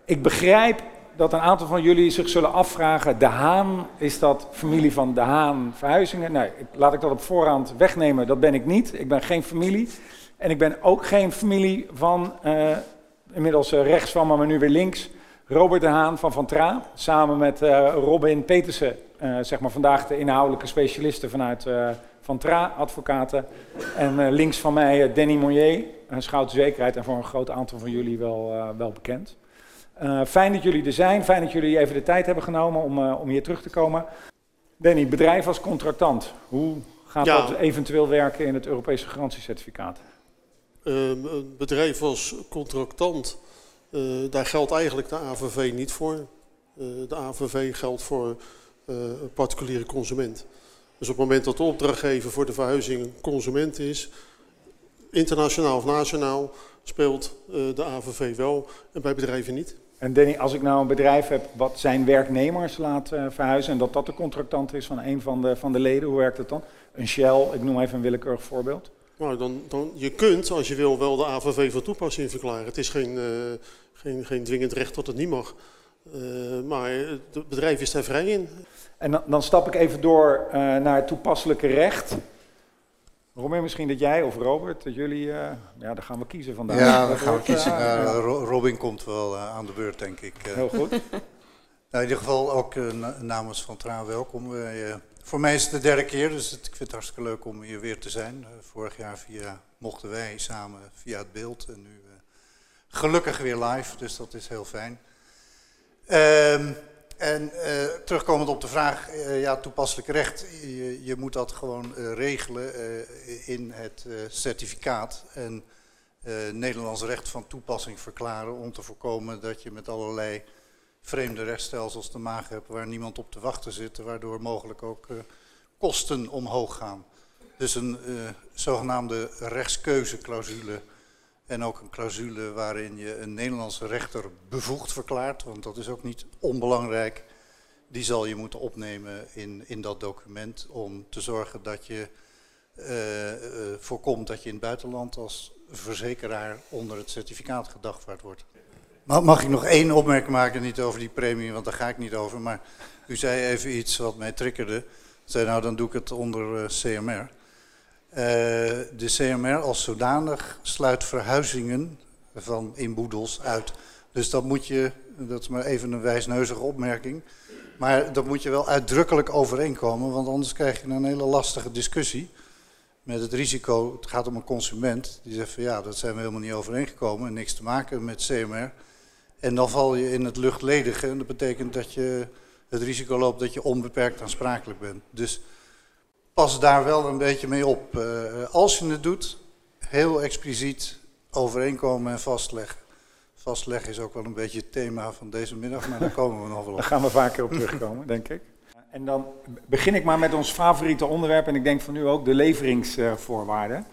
Ik begrijp dat een aantal van jullie zich zullen afvragen, De Haan, is dat familie van De Haan Verhuizingen? Nee, laat ik dat op voorhand wegnemen, dat ben ik niet. Ik ben geen familie. En ik ben ook geen familie van, inmiddels rechts van me, maar nu weer links, Robert De Haan van Tra. Samen met Robin Petersen, zeg maar vandaag de inhoudelijke specialisten vanuit Van Tra, advocaten. En links van mij Danny Monnier, schouderzekerheid en voor een groot aantal van jullie wel bekend. Fijn dat jullie er zijn, fijn dat jullie even de tijd hebben genomen om hier terug te komen. Danny, bedrijf als contractant, hoe gaat dat eventueel werken in het Europese garantiecertificaat? Een bedrijf als contractant, daar geldt eigenlijk de AVV niet voor. De AVV geldt voor een particuliere consument. Dus op het moment dat de opdrachtgever voor de verhuizing een consument is, internationaal of nationaal, speelt de AVV wel en bij bedrijven niet. En Danny, als ik nou een bedrijf heb wat zijn werknemers laat verhuizen en dat de contractant is van een van de leden, hoe werkt het dan? Een Shell, ik noem even een willekeurig voorbeeld. Nou, je kunt, als je wil, wel de AVV van toepassing verklaren. Het is geen dwingend recht dat het niet mag. Maar het bedrijf is daar vrij in. En dan stap ik even door naar het toepasselijke recht. Robin, misschien dat jij of Robert, dat jullie, daar gaan we kiezen vandaag. Ja, dan gaan we kiezen. Robin komt wel aan de beurt, denk ik. Heel goed. Nou, in ieder geval ook namens Van Tra welkom. Voor mij is het de derde keer, dus ik vind het hartstikke leuk om hier weer te zijn. Vorig jaar mochten wij samen via het beeld en nu gelukkig weer live, dus dat is heel fijn. Terugkomend op de vraag, toepasselijk recht, je moet dat gewoon regelen in het certificaat en Nederlands recht van toepassing verklaren om te voorkomen dat je met allerlei vreemde rechtsstelsels te maken hebt waar niemand op te wachten zit, waardoor mogelijk ook kosten omhoog gaan. Dus een zogenaamde rechtskeuzeclausule en ook een clausule waarin je een Nederlandse rechter bevoegd verklaart, want dat is ook niet onbelangrijk. Die zal je moeten opnemen in dat document om te zorgen dat je voorkomt dat je in het buitenland als verzekeraar onder het certificaat gedagvaard wordt. Mag ik nog één opmerking maken, niet over die premie, want daar ga ik niet over, maar u zei even iets wat mij triggerde. Zei nou, dan doe ik het onder CMR. De CMR als zodanig sluit verhuizingen van inboedels uit. Dus dat moet je, dat is maar even een wijsneuzige opmerking, maar dat moet je wel uitdrukkelijk overeenkomen, want anders krijg je een hele lastige discussie met het risico. Het gaat om een consument die zegt van ja, dat zijn we helemaal niet overeengekomen en niks te maken met CMR. En dan val je in het luchtledige en dat betekent dat je het risico loopt dat je onbeperkt aansprakelijk bent. Dus pas daar wel een beetje mee op. Als je het doet, heel expliciet overeenkomen en vastleggen. Vastleggen is ook wel een beetje het thema van deze middag, maar daar komen we nog wel op. Daar gaan we vaker op terugkomen, denk ik. En dan begin ik maar met ons favoriete onderwerp en ik denk van nu ook de leveringsvoorwaarden.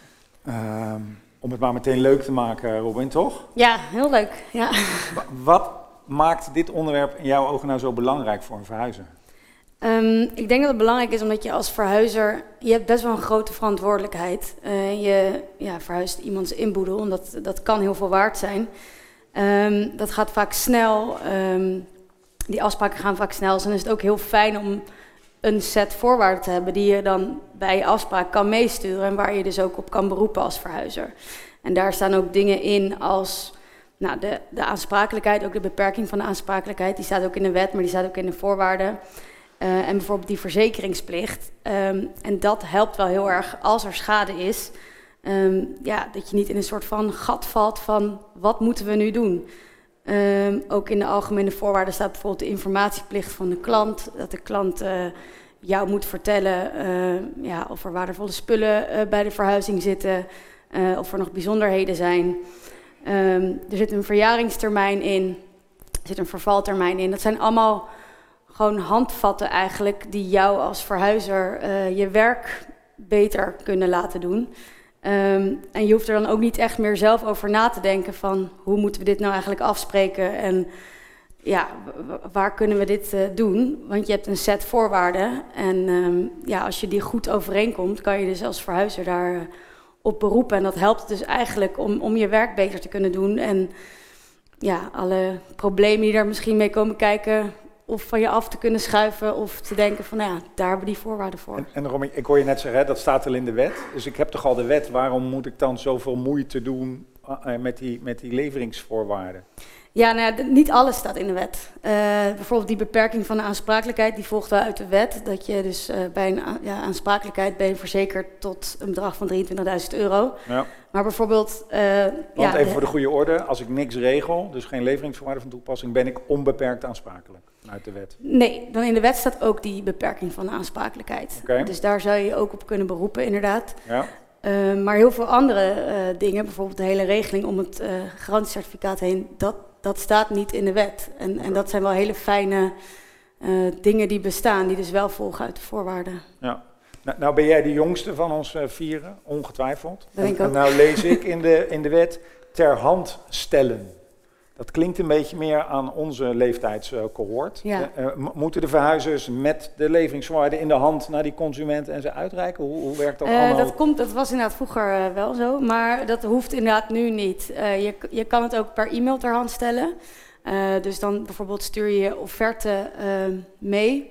Om het maar meteen leuk te maken, Robin, toch? Ja, heel leuk. Ja. Wat maakt dit onderwerp in jouw ogen nou zo belangrijk voor een verhuizer? Ik denk dat het belangrijk is omdat je als verhuizer, je hebt best wel een grote verantwoordelijkheid. Je verhuist iemands inboedel en dat kan heel veel waard zijn. Dat gaat vaak snel, die afspraken gaan vaak snel. Dus dan is het ook heel fijn om een set voorwaarden te hebben die je dan bij je afspraak kan meesturen en waar je dus ook op kan beroepen als verhuizer. En daar staan ook dingen in als de aansprakelijkheid, ook de beperking van de aansprakelijkheid. Die staat ook in de wet, maar die staat ook in de voorwaarden. En bijvoorbeeld die verzekeringsplicht. En dat helpt wel heel erg als er schade is. Dat je niet in een soort van gat valt van wat moeten we nu doen. Ook in de algemene voorwaarden staat bijvoorbeeld de informatieplicht van de klant. Dat de klant jou moet vertellen of er waardevolle spullen bij de verhuizing zitten. Of er nog bijzonderheden zijn. Er zit een verjaringstermijn in. Er zit een vervaltermijn in. Dat zijn allemaal gewoon handvatten eigenlijk die jou als verhuizer je werk beter kunnen laten doen. En je hoeft er dan ook niet echt meer zelf over na te denken van hoe moeten we dit nou eigenlijk afspreken en waar kunnen we dit doen? Want je hebt een set voorwaarden en als je die goed overeenkomt kan je dus als verhuizer daar op beroepen. En dat helpt dus eigenlijk om je werk beter te kunnen doen en alle problemen die daar misschien mee komen kijken, of van je af te kunnen schuiven of te denken van, nou ja, daar hebben we die voorwaarden voor. En Romy, ik hoor je net zeggen, hè, dat staat al in de wet. Dus ik heb toch al de wet, waarom moet ik dan zoveel moeite doen met die leveringsvoorwaarden? Ja, nou ja, niet alles staat in de wet. Bijvoorbeeld die beperking van de aansprakelijkheid, die volgt wel uit de wet. Dat je dus bij een aansprakelijkheid ben je verzekerd tot een bedrag van €23.000. Ja. Maar bijvoorbeeld... Want even voor de goede orde, als ik niks regel, dus geen leveringsvoorwaarden van toepassing, ben ik onbeperkt aansprakelijk vanuit de wet? Nee, dan in de wet staat ook die beperking van de aansprakelijkheid. Okay. Dus daar zou je ook op kunnen beroepen, inderdaad. Ja. Maar heel veel andere dingen, bijvoorbeeld de hele regeling om het garantiecertificaat heen, dat staat niet in de wet. En dat zijn wel hele fijne dingen die bestaan, die dus wel volgen uit de voorwaarden. Ja. Nou ben jij de jongste van ons vieren, ongetwijfeld. Dat denk ik ook. En nou lees ik in de wet ter hand stellen. Dat klinkt een beetje meer aan onze leeftijdscohort. Ja. Moeten de verhuizers met de leveringsvoorwaarden in de hand naar die consument en ze uitreiken? Hoe werkt dat allemaal? Dat was inderdaad vroeger wel zo, maar dat hoeft inderdaad nu niet. Je kan het ook per e-mail ter hand stellen. Dus dan bijvoorbeeld stuur je je offerte mee.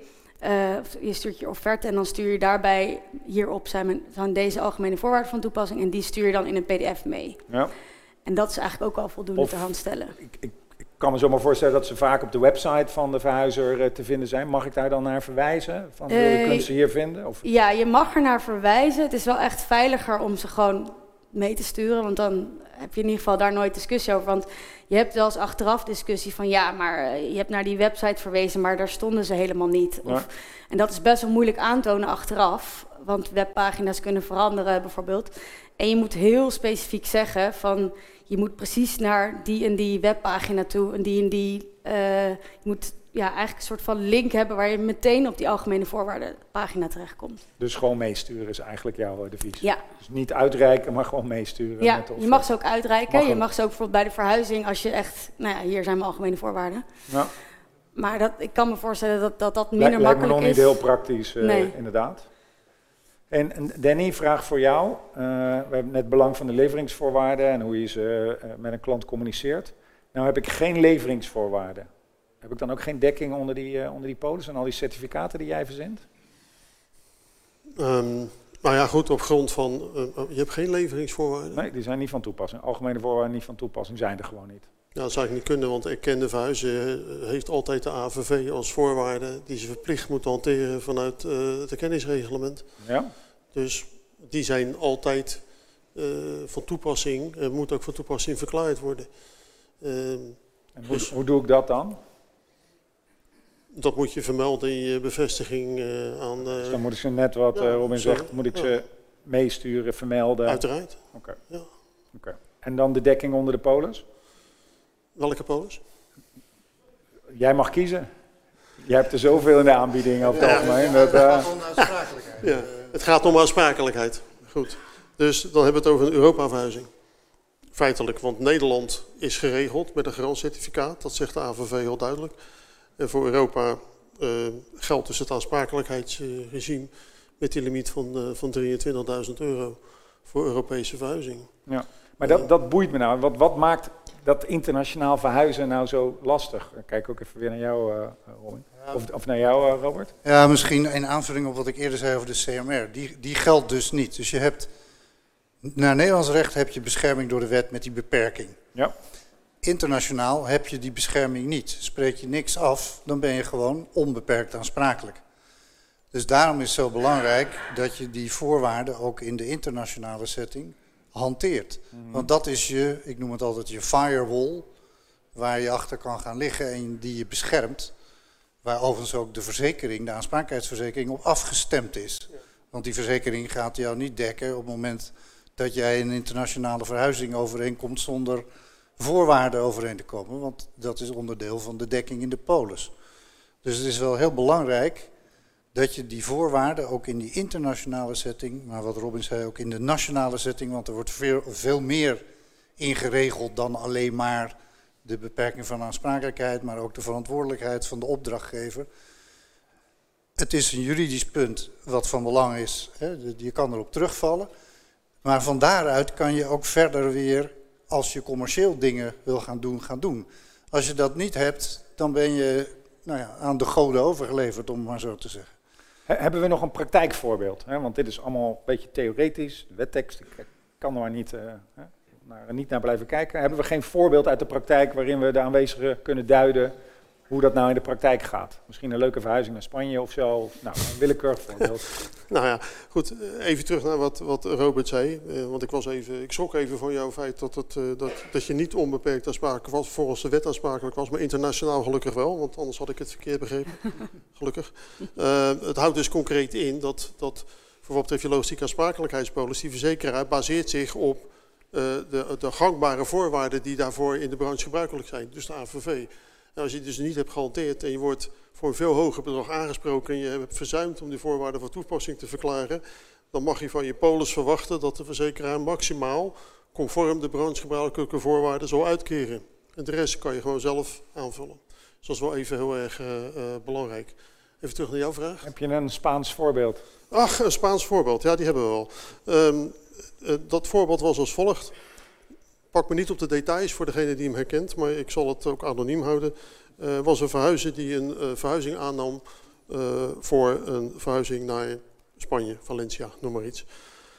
Je stuurt je offerte en dan stuur je daarbij, hierop zijn deze algemene voorwaarden van toepassing en die stuur je dan in een pdf mee. Ja. En dat is eigenlijk ook al voldoende ter hand stellen. Ik kan me zomaar voorstellen dat ze vaak op de website van de verhuizer te vinden zijn. Mag ik daar dan naar verwijzen? Van, je kunt ze hier vinden? Of? Ja, je mag er naar verwijzen. Het is wel echt veiliger om ze gewoon mee te sturen. Want dan heb je in ieder geval daar nooit discussie over. Want je hebt wel eens achteraf discussie van ja, maar je hebt naar die website verwezen, maar daar stonden ze helemaal niet. Ja. En dat is best wel moeilijk aantonen achteraf. Want webpagina's kunnen veranderen bijvoorbeeld. En je moet heel specifiek zeggen van je moet precies naar die en die webpagina toe en die. Je moet eigenlijk een soort van link hebben waar je meteen op die algemene voorwaardenpagina terechtkomt. Dus gewoon meesturen is eigenlijk jouw devies? Ja. Dus niet uitreiken, maar gewoon meesturen? Ja, je mag ze ook uitreiken. Je mag ze ook bijvoorbeeld bij de verhuizing als je echt, hier zijn mijn algemene voorwaarden. Ja. Maar ik kan me voorstellen dat minder makkelijk is. Lijkt me nog niet heel praktisch, inderdaad. En Danny, vraag voor jou. We hebben net belang van de leveringsvoorwaarden en hoe je ze met een klant communiceert. Nou heb ik geen leveringsvoorwaarden. Heb ik dan ook geen dekking onder die polis en al die certificaten die jij verzint? Nou ja, goed, op grond van... je hebt geen leveringsvoorwaarden? Nee, die zijn niet van toepassing. Algemene voorwaarden niet van toepassing, zijn er gewoon niet. Ja, dat zou ik niet kunnen, want erkende verhuizer heeft altijd de AVV als voorwaarde die ze verplicht moet hanteren vanuit het erkenningsreglement. Ja. Dus die zijn altijd van toepassing, moet ook van toepassing verklaard worden. En hoe doe ik dat dan? Dat moet je vermelden in je bevestiging aan... Dus dan moet ik ze net wat Robin zegt, moet ik ze meesturen, vermelden? Uiteraard. Oké. Ja. Okay. En dan de dekking onder de polis? Welke polis? Jij mag kiezen. Jij hebt er zoveel in de aanbieding over het algemeen. Het gaat om aansprakelijkheid. Ja, het gaat om aansprakelijkheid. Goed. Dus dan hebben we het over een Europa-verhuizing. Feitelijk, want Nederland is geregeld met een garantcertificaat. Dat zegt de AVV heel duidelijk. En voor Europa geldt dus het aansprakelijkheidsregime met die limiet van €23.000 voor Europese verhuizing. Ja, maar dat boeit me nou. Wat maakt dat internationaal verhuizen nou zo lastig? Ik kijk ook even weer naar jou, Robin. Of naar jou, Robert. Ja, misschien een aanvulling op wat ik eerder zei over de CMR. Die geldt dus niet. Dus je hebt, naar Nederlands recht heb je bescherming door de wet met die beperking. Ja. Internationaal heb je die bescherming niet. Spreek je niks af, dan ben je gewoon onbeperkt aansprakelijk. Dus daarom is het zo belangrijk dat je die voorwaarden ook in de internationale setting hanteert. Want dat is ik noem het altijd je firewall, waar je achter kan gaan liggen en die je beschermt. Waar overigens ook de verzekering, de aansprakelijkheidsverzekering, op afgestemd is. Want die verzekering gaat jou niet dekken op het moment dat jij een internationale verhuizing overeenkomt zonder voorwaarden overeen te komen. Want dat is onderdeel van de dekking in de polis. Dus het is wel heel belangrijk dat je die voorwaarden ook in die internationale setting, maar wat Robin zei ook in de nationale setting, want er wordt veel meer ingeregeld dan alleen maar de beperking van aansprakelijkheid, maar ook de verantwoordelijkheid van de opdrachtgever. Het is een juridisch punt wat van belang is, hè? Je kan erop terugvallen, maar van daaruit kan je ook verder weer als je commercieel dingen wil gaan doen. Als je dat niet hebt, dan ben je aan de goden overgeleverd, om maar zo te zeggen. Hebben we nog een praktijkvoorbeeld? Want dit is allemaal een beetje theoretisch, de wettekst, ik kan er maar niet naar blijven kijken. Hebben we geen voorbeeld uit de praktijk waarin we de aanwezigen kunnen duiden hoe dat nou in de praktijk gaat? Misschien een leuke verhuizing naar Spanje of zo. Nou, een willekeurig voorbeeld. Nou ja, goed. Even terug naar wat Robert zei. Want ik schrok even van jouw feit dat je niet onbeperkt aansprakelijk was, volgens de wet aansprakelijk was, maar internationaal gelukkig wel, want anders had ik het verkeerd begrepen. Gelukkig. Het houdt dus concreet in dat voor wat betreft je logistieke aansprakelijkheidspolis, die verzekeraar baseert zich op de gangbare voorwaarden die daarvoor in de branche gebruikelijk zijn, dus de AVV. Nou, als je dus niet hebt gehanteerd en je wordt voor een veel hoger bedrag aangesproken en je hebt verzuimd om die voorwaarden van toepassing te verklaren, dan mag je van je polis verwachten dat de verzekeraar maximaal conform de branchegebruikelijke voorwaarden zal uitkeren. En de rest kan je gewoon zelf aanvullen. Dus dat is wel even heel erg belangrijk. Even terug naar jouw vraag. Heb je een Spaans voorbeeld? Ach, een Spaans voorbeeld. Ja, die hebben we wel. Dat voorbeeld was als volgt. Pak me niet op de details voor degene die hem herkent, maar ik zal het ook anoniem houden. Was een verhuizer die een verhuizing aannam voor een verhuizing naar Spanje, Valencia, noem maar iets.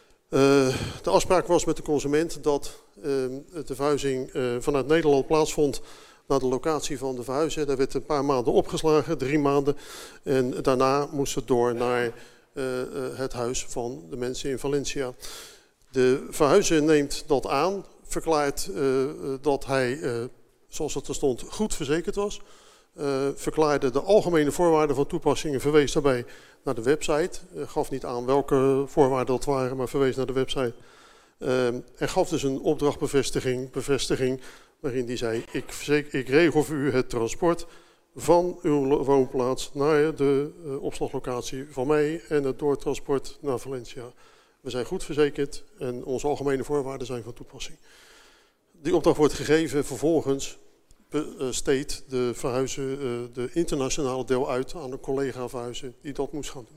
De afspraak was met de consument dat de verhuizing vanuit Nederland plaatsvond naar de locatie van de verhuizer. Daar werd een paar maanden opgeslagen, 3 maanden. En daarna moest het door naar het huis van de mensen in Valencia. De verhuizer neemt dat aan, verklaart dat hij, zoals het er stond, goed verzekerd was. Verklaarde de algemene voorwaarden van toepassing en verwees daarbij naar de website. Gaf niet aan welke voorwaarden dat waren, maar verwees naar de website. En gaf dus een opdrachtbevestiging waarin hij zei, ik regel voor u het transport van uw woonplaats naar de opslaglocatie van mij en het doortransport naar Valencia. We zijn goed verzekerd en onze algemene voorwaarden zijn van toepassing. Die opdracht wordt gegeven, vervolgens besteedt de verhuizer de internationale deel uit aan een collega verhuizer die dat moest gaan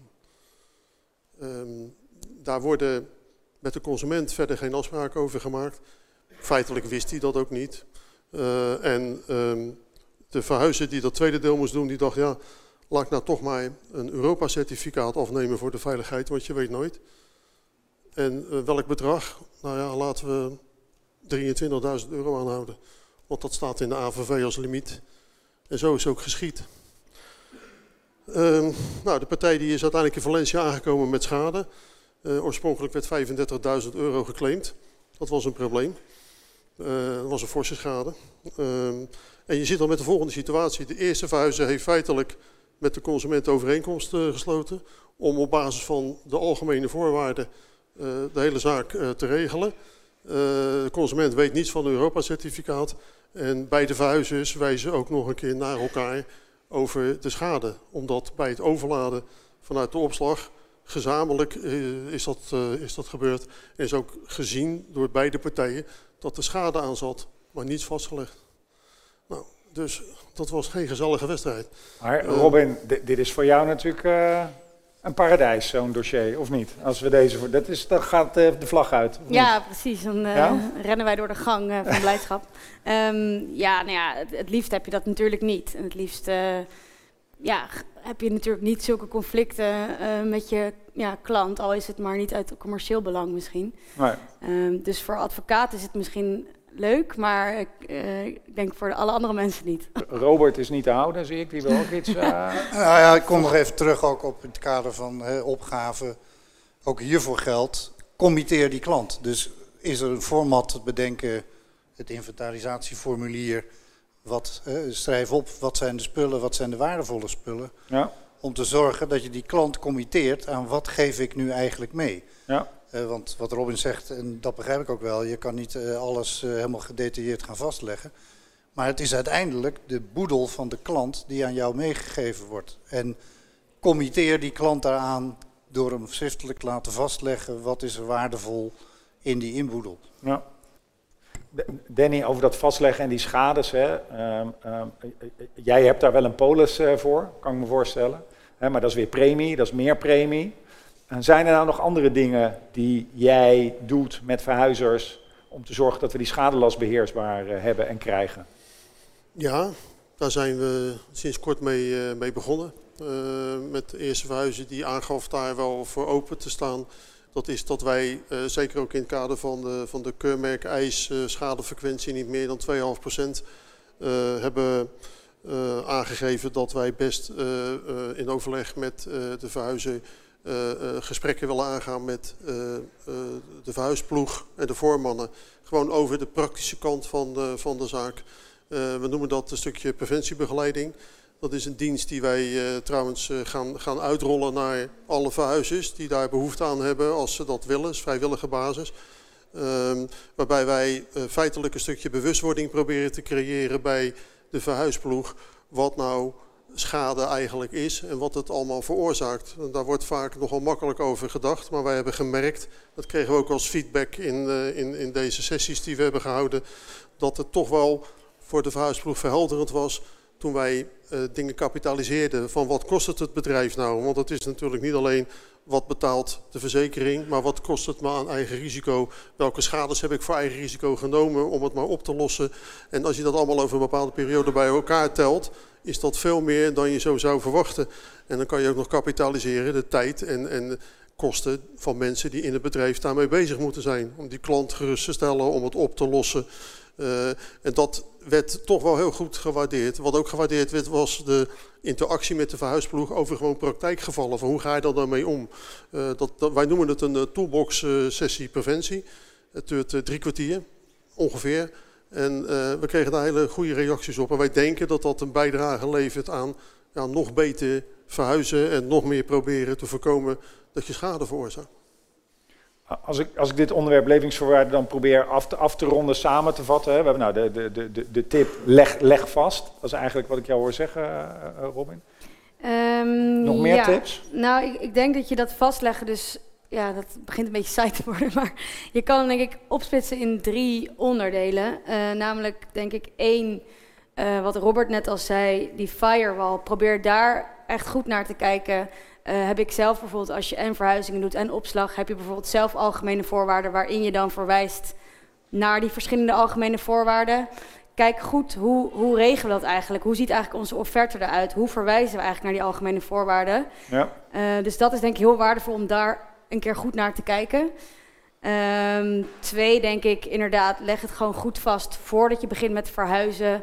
doen. Daar worden met de consument verder geen afspraken over gemaakt. Feitelijk wist hij dat ook niet. De verhuizer die dat tweede deel moest doen, die dacht, ja, laat ik nou toch maar een Europa-certificaat afnemen voor de veiligheid, want je weet nooit. En welk bedrag? Nou ja, laten we €23.000 aanhouden. Want dat staat in de AVV als limiet. En zo is ook geschied. De partij die is uiteindelijk in Valencia aangekomen met schade. Oorspronkelijk werd €35.000 geclaimd. Dat was een probleem. Dat was een forse schade. En je zit dan met de volgende situatie. De eerste verhuizer heeft feitelijk met de consument overeenkomst gesloten. Om op basis van de algemene voorwaarden de hele zaak te regelen. De consument weet niets van een Europa-certificaat. En beide verhuizers wijzen ook nog een keer naar elkaar over de schade. Omdat bij het overladen vanuit de opslag gezamenlijk is dat gebeurd. En is ook gezien door beide partijen dat de schade aan zat, maar niets vastgelegd. Nou, dus dat was geen gezellige wedstrijd. Maar Robin, dit is voor jou natuurlijk een paradijs, zo'n dossier, of niet? Als we deze dan gaat de vlag uit. Ja, precies. Dan rennen wij door de gang van blijdschap. Het liefst heb je dat natuurlijk niet. En het liefst heb je natuurlijk niet zulke conflicten met je klant, al is het maar niet uit commercieel belang misschien. Nee. Dus voor advocaten is het misschien leuk, maar ik denk voor alle andere mensen niet. Robert is niet te houden, zie ik. Die wil ook iets... Ik kom nog even terug ook op het kader van opgave. Ook hiervoor geldt, committeer die klant. Dus is er een format te bedenken, het inventarisatieformulier. Schrijf op, wat zijn de spullen, wat zijn de waardevolle spullen. Ja. Om te zorgen dat je die klant committeert aan wat geef ik nu eigenlijk mee. Ja. Want wat Robin zegt, en dat begrijp ik ook wel, je kan niet alles helemaal gedetailleerd gaan vastleggen. Maar het is uiteindelijk de boedel van de klant die aan jou meegegeven wordt. En committeer die klant daaraan door hem schriftelijk te laten vastleggen wat is er waardevol in die inboedel. Ja. Danny, over dat vastleggen en die schades. Jij hebt daar wel een polis voor, kan ik me voorstellen. Maar dat is weer premie, dat is meer premie. En zijn er nou nog andere dingen die jij doet met verhuizers om te zorgen dat we die schadelast beheersbaar hebben en krijgen? Ja, daar zijn we sinds kort mee begonnen. Met de eerste verhuizer die aangaf daar wel voor open te staan. Dat is dat wij, zeker ook in het kader van de keurmerk-eis, schadefrequentie niet meer dan 2,5% hebben aangegeven dat wij best in overleg met de verhuizer gesprekken willen aangaan met de verhuisploeg en de voormannen. Gewoon over de praktische kant van de zaak. We noemen dat een stukje preventiebegeleiding. Dat is een dienst die wij trouwens gaan uitrollen naar alle verhuizers die daar behoefte aan hebben als ze dat willen, is vrijwillige basis. Waarbij wij feitelijk een stukje bewustwording proberen te creëren bij de verhuisploeg. Wat nou schade eigenlijk is en wat het allemaal veroorzaakt. Daar wordt vaak nogal makkelijk over gedacht, maar wij hebben gemerkt, dat kregen we ook als feedback in deze sessies die we hebben gehouden, dat het toch wel voor de verhuisploeg verhelderend was toen wij dingen kapitaliseerden van wat kost het bedrijf nou. Want het is natuurlijk niet alleen wat betaalt de verzekering, maar wat kost het me aan eigen risico. Welke schades heb ik voor eigen risico genomen om het maar op te lossen. En als je dat allemaal over een bepaalde periode bij elkaar telt, is dat veel meer dan je zo zou verwachten. En dan kan je ook nog kapitaliseren de tijd en kosten van mensen die in het bedrijf daarmee bezig moeten zijn. Om die klant gerust te stellen, om het op te lossen. En dat werd toch wel heel goed gewaardeerd. Wat ook gewaardeerd werd was de interactie met de verhuisploeg over gewoon praktijkgevallen. Van hoe ga je daar dan mee om? Wij noemen het een toolbox sessie preventie. Het duurt 3 kwartier ongeveer. En we kregen daar hele goede reacties op. En wij denken dat dat een bijdrage levert aan nog beter verhuizen en nog meer proberen te voorkomen dat je schade veroorzaakt. Als ik dit onderwerp levingsvoorwaarden dan probeer af te ronden, samen te vatten. Hè. We hebben nou de tip leg vast. Dat is eigenlijk wat ik jou hoor zeggen, Robin. Nog meer tips? Nou, ik denk dat je dat vastleggen, dus ja, dat begint een beetje saai te worden. Maar je kan denk ik opsplitsen in 3 onderdelen. Namelijk denk ik 1, wat Robert net al zei, die firewall. Probeer daar echt goed naar te kijken. Heb ik zelf bijvoorbeeld, als je en verhuizingen doet en opslag, heb je bijvoorbeeld zelf algemene voorwaarden waarin je dan verwijst naar die verschillende algemene voorwaarden. Kijk goed, hoe regelen we dat eigenlijk? Hoe ziet eigenlijk onze offerte eruit? Hoe verwijzen we eigenlijk naar die algemene voorwaarden? Ja. Dus dat is denk ik heel waardevol om daar een keer goed naar te kijken. 2, denk ik, inderdaad, leg het gewoon goed vast voordat je begint met verhuizen.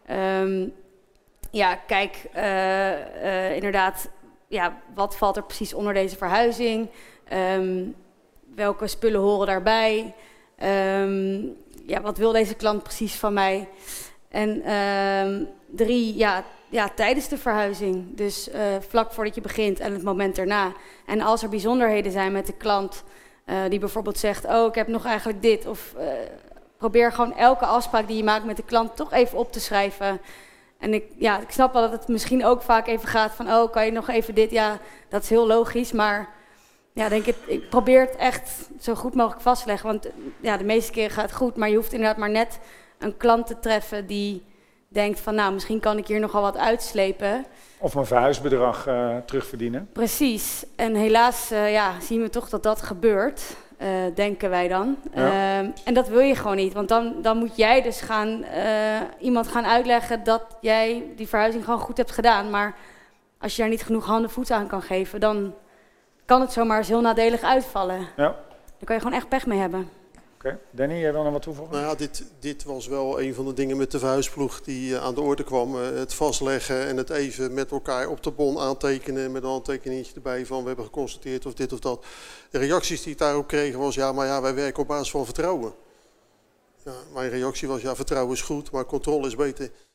Kijk, inderdaad, wat valt er precies onder deze verhuizing? Welke spullen horen daarbij? Wat wil deze klant precies van mij? En 3, tijdens de verhuizing. Dus vlak voordat je begint en het moment erna. En als er bijzonderheden zijn met de klant die bijvoorbeeld zegt, ik heb nog eigenlijk dit. Of probeer gewoon elke afspraak die je maakt met de klant toch even op te schrijven. En ik snap wel dat het misschien ook vaak even gaat van, kan je nog even dit? Ja, dat is heel logisch, maar ik probeer het echt zo goed mogelijk vast te leggen. Want de meeste keren gaat het goed, maar je hoeft inderdaad maar net een klant te treffen die denkt van, misschien kan ik hier nogal wat uitslepen. Of mijn verhuisbedrag terugverdienen. Precies. En helaas zien we toch dat dat gebeurt, denken wij dan. Ja. En dat wil je gewoon niet, want dan moet jij dus iemand gaan uitleggen dat jij die verhuizing gewoon goed hebt gedaan. Maar als je daar niet genoeg handen voet aan kan geven, dan kan het zomaar eens heel nadelig uitvallen. Ja. Daar kan je gewoon echt pech mee hebben. Oké. Danny, jij wil nog wat toevoegen? Nou ja, dit was wel een van de dingen met de verhuisploeg die aan de orde kwam. Het vastleggen en het even met elkaar op de bon aantekenen met een handtekeningetje erbij van we hebben geconstateerd of dit of dat. De reacties die ik daarop kreeg was wij werken op basis van vertrouwen. Ja, mijn reactie was vertrouwen is goed, maar controle is beter.